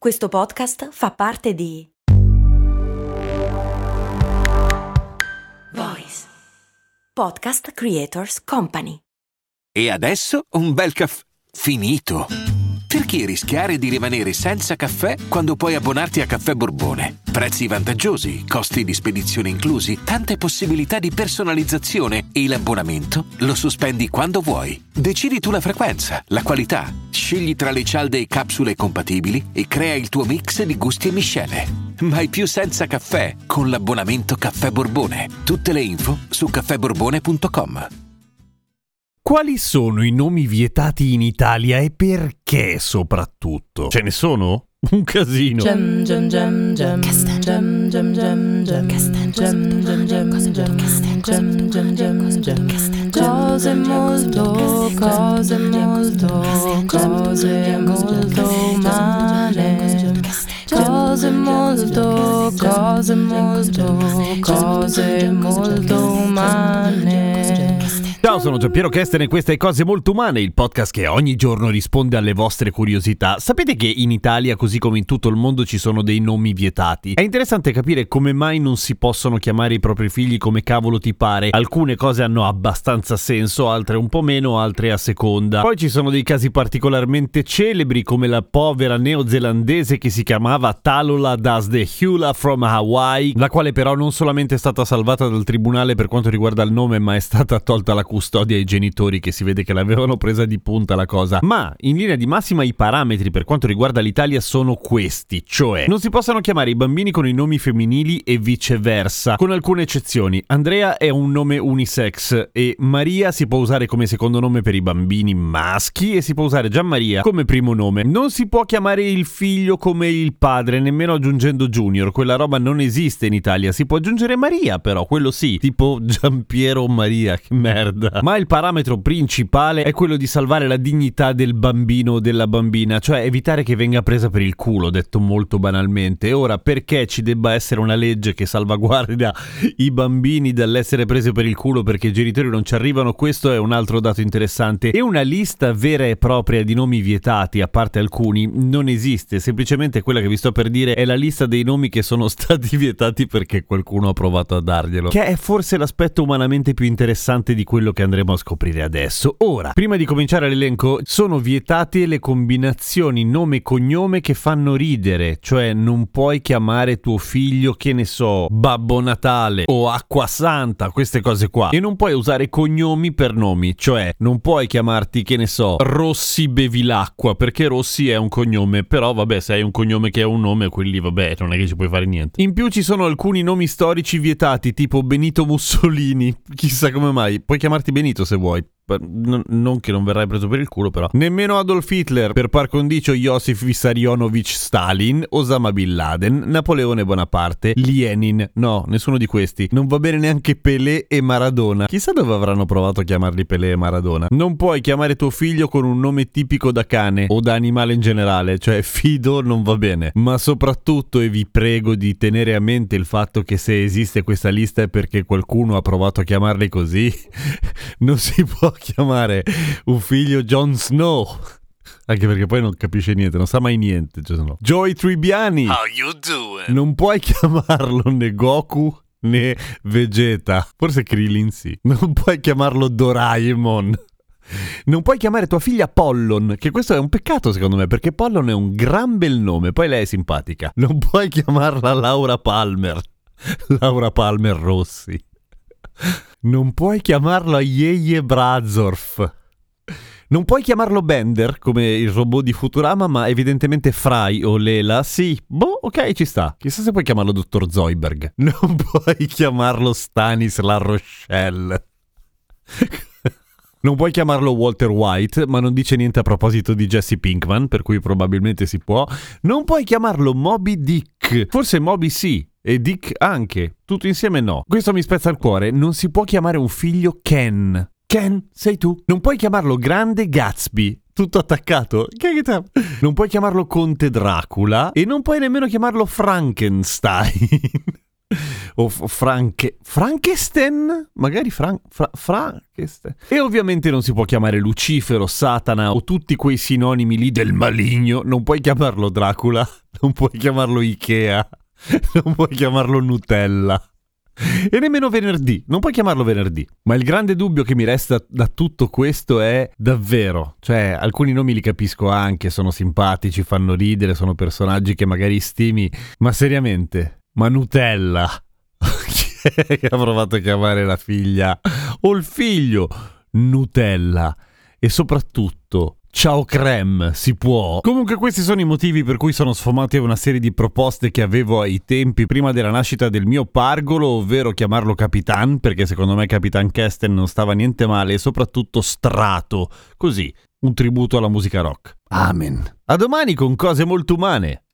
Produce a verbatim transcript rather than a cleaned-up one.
Questo podcast fa parte di Voice Podcast Creators Company. E adesso un bel caffè finito. Perché rischiare di rimanere senza caffè quando puoi abbonarti a Caffè Borbone? Prezzi vantaggiosi, costi di spedizione inclusi, tante possibilità di personalizzazione e l'abbonamento lo sospendi quando vuoi. Decidi tu la frequenza, la qualità, scegli tra le cialde e capsule compatibili e crea il tuo mix di gusti e miscele. Mai più senza caffè con l'abbonamento Caffè Borbone. Tutte le info su caffè borbone punto com. Quali sono i nomi vietati in Italia e perché soprattutto? Ce ne sono? Un casino. Gem gem gem gem gem gem gem gem gem gem gem gem gem gem gem cose molto cose molto cose molto umane, cose molto cose molto cose molto umane. Ciao, sono Giampiero Kesten e questa è Cose Molto Umane, il podcast che ogni giorno risponde alle vostre curiosità. Sapete che in Italia, così come in tutto il mondo, ci sono dei nomi vietati? È interessante capire come mai non si possono chiamare i propri figli come cavolo ti pare. Alcune cose hanno abbastanza senso, altre un po' meno, altre a seconda. Poi ci sono dei casi particolarmente celebri, come la povera neozelandese che si chiamava Talola Das the Hula from Hawaii, la quale però non solamente è stata salvata dal tribunale per quanto riguarda il nome, ma è stata tolta la custodia ai genitori, che si vede che l'avevano presa di punta la cosa. Ma in linea di massima i parametri per quanto riguarda l'Italia sono questi, cioè non si possono chiamare i bambini con i nomi femminili e viceversa, con alcune eccezioni. Andrea è un nome unisex e Maria si può usare come secondo nome per i bambini maschi e si può usare Gianmaria come primo nome. Non si può chiamare il figlio come il padre, nemmeno aggiungendo Junior, quella roba non esiste in Italia. Si può aggiungere Maria però, quello sì, tipo Giampiero Maria, che merda. Ma il parametro principale è quello di salvare la dignità del bambino o della bambina, cioè evitare che venga presa per il culo, detto molto banalmente. E ora, perché ci debba essere una legge che salvaguardia i bambini dall'essere presi per il culo perché i genitori non ci arrivano, questo è un altro dato interessante. E una lista vera e propria di nomi vietati, a parte alcuni, non esiste. Semplicemente quella che vi sto per dire è la lista dei nomi che sono stati vietati perché qualcuno ha provato a darglielo, che è forse l'aspetto umanamente più interessante di quello che andremo a scoprire adesso. Ora, prima di cominciare l'elenco, sono vietate le combinazioni nome e cognome che fanno ridere, cioè non puoi chiamare tuo figlio, che ne so, Babbo Natale o Acqua Santa, queste cose qua, e non puoi usare cognomi per nomi, cioè non puoi chiamarti, che ne so, Rossi Bevilacqua, perché Rossi è un cognome, però vabbè, se hai un cognome che è un nome, quelli vabbè, non è che ci puoi fare niente. In più ci sono alcuni nomi storici vietati, tipo Benito Mussolini, chissà come mai. Puoi chiamarti Benito se vuoi, non che non verrai preso per il culo, però nemmeno Adolf Hitler, per par condicio Josif Vissarionovich Stalin, Osama Bin Laden, Napoleone Bonaparte, Lenin, no, nessuno di questi. Non va bene neanche Pelé e Maradona. Chissà dove avranno provato a chiamarli Pelé e Maradona. Non puoi chiamare tuo figlio con un nome tipico da cane o da animale in generale, cioè Fido non va bene. Ma soprattutto, e vi prego di tenere a mente il fatto che se esiste questa lista è perché qualcuno ha provato a chiamarli così, non si può chiamare un figlio Jon Snow, anche perché poi non capisce niente, non sa mai niente. Cioè, no. Joey Tribbiani, How you doing? Non puoi chiamarlo né Goku né Vegeta, forse Krillin sì. Non puoi chiamarlo Doraemon. Non puoi chiamare tua figlia Pollon, che questo è un peccato secondo me, perché Pollon è un gran bel nome, poi lei è simpatica. Non puoi chiamarla Laura Palmer, Laura Palmer Rossi. Non puoi chiamarlo Yeye Brazorf. Non puoi chiamarlo Bender, come il robot di Futurama, ma evidentemente Fry o Lela, sì, boh, ok, ci sta. Chissà se puoi chiamarlo dottor Zoidberg. Non puoi chiamarlo Stanis La Rochelle. Non puoi chiamarlo Walter White, ma non dice niente a proposito di Jesse Pinkman, per cui probabilmente si può. Non puoi chiamarlo Moby Dick. Forse Moby sì, e Dick anche. Tutto insieme no. Questo mi spezza il cuore. Non si può chiamare un figlio Ken. Ken, sei tu. Non puoi chiamarlo Grande Gatsby. Tutto attaccato. Non puoi chiamarlo Conte Dracula. E non puoi nemmeno chiamarlo Frankenstein. o f- Franche... Frankenstein? Magari Fran... Fra... Frankenstein. E ovviamente non si può chiamare Lucifero, Satana o tutti quei sinonimi lì del maligno. Non puoi chiamarlo Dracula, non puoi chiamarlo Ikea, non puoi chiamarlo Nutella. E nemmeno venerdì, non puoi chiamarlo venerdì. Ma il grande dubbio che mi resta da tutto questo è davvero, cioè alcuni nomi li capisco anche, sono simpatici, fanno ridere, sono personaggi che magari stimi, ma seriamente, ma Nutella? Chi è che ha provato a chiamare la figlia o il figlio Nutella? E soprattutto ciao creme, si può? Comunque questi sono i motivi per cui sono sfamati a una serie di proposte che avevo ai tempi prima della nascita del mio pargolo, ovvero chiamarlo Capitan, perché secondo me Capitan Kesten non stava niente male, e soprattutto Strato, così, un tributo alla musica rock. Amen. A domani con cose molto umane.